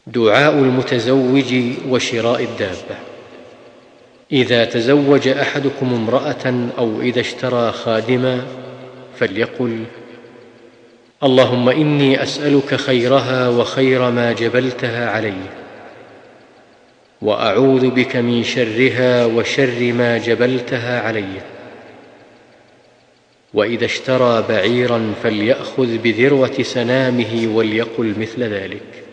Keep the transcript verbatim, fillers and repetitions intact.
دعاء المتزوج وشراء الدابة. إذا تزوج أحدكم امرأة أو إذا اشترى خادما فليقل: اللهم إني أسألك خيرها وخير ما جبلتها عليه، وأعوذ بك من شرها وشر ما جبلتها عليه. وإذا اشترى بعيرا فليأخذ بذروة سنامه وليقل مثل ذلك.